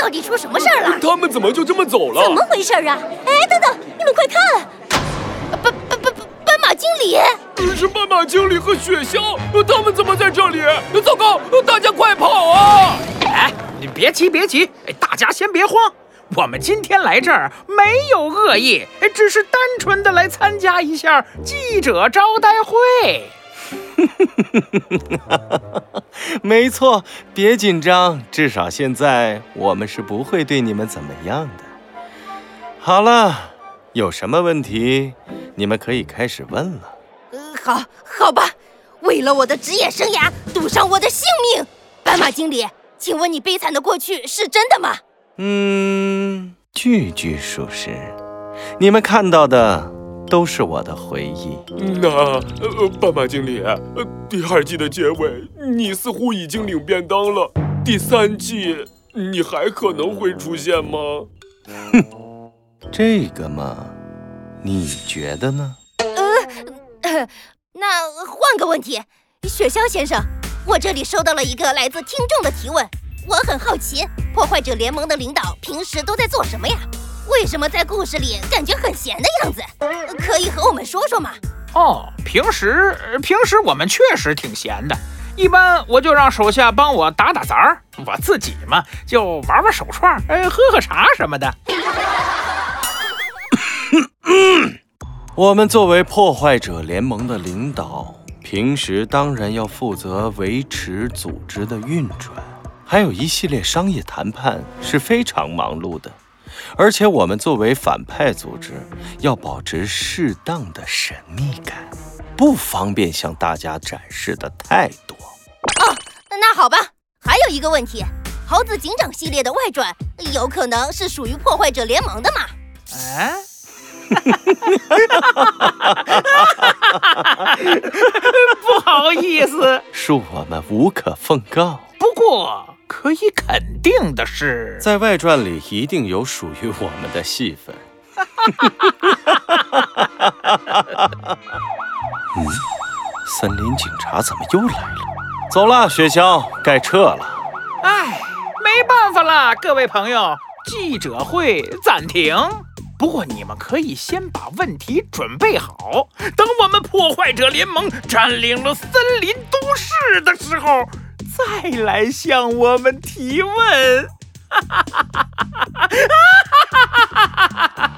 到底出什么事儿了？ 他们怎么就这么走了？ 怎么回事啊？哎，等等，你们快看！斑马经理！ 是斑马经理和雪橇，他们怎么在这里？糟糕，大家快跑啊！ 哎，你别急，大家先别慌。我们今天来这儿没有恶意，只是单纯的来参加一下记者招待会。 没错，别紧张，至少现在我们是不会对你们怎么样的。好了，有什么问题，你们可以开始问了。 好吧，为了我的职业生涯，赌上我的性命。斑马经理，请问你悲惨的过去是真的吗？ 句句属实，你们看到的都是我的回忆。 那斑马经理，第2季的结尾，你似乎已经领便当了。第3季，你还可能会出现吗？ 这个嘛，你觉得呢？ 那换个问题，雪橇先生，我这里收到了一个来自听众的提问，我很好奇，破坏者联盟的领导平时都在做什么呀？为什么在故事里感觉很闲的样子？可以和我们说说吗？ 平时我们确实挺闲的，一般我就让手下帮我打杂儿，我自己嘛就玩手串，喝茶什么的。 我们作为破坏者联盟的领导，平时当然要负责维持组织的运转，还有一系列商业谈判是非常忙碌的。而且我们作为反派组织，要保持适当的神秘感，不方便向大家展示的太多。 那好吧，还有一个问题，猴子警长系列的外传有可能是属于破坏者联盟的吗？ 不好意思， 恕我们无可奉告。 不过可以肯定的是， 在外传里一定有属于我们的戏份。森林警察怎么又来了？走了，雪橇，该撤了。 没办法了，各位朋友，记者会暂停。不过你们可以先把问题准备好，等我们破坏者联盟占领了森林都市的时候，再来向我们提问。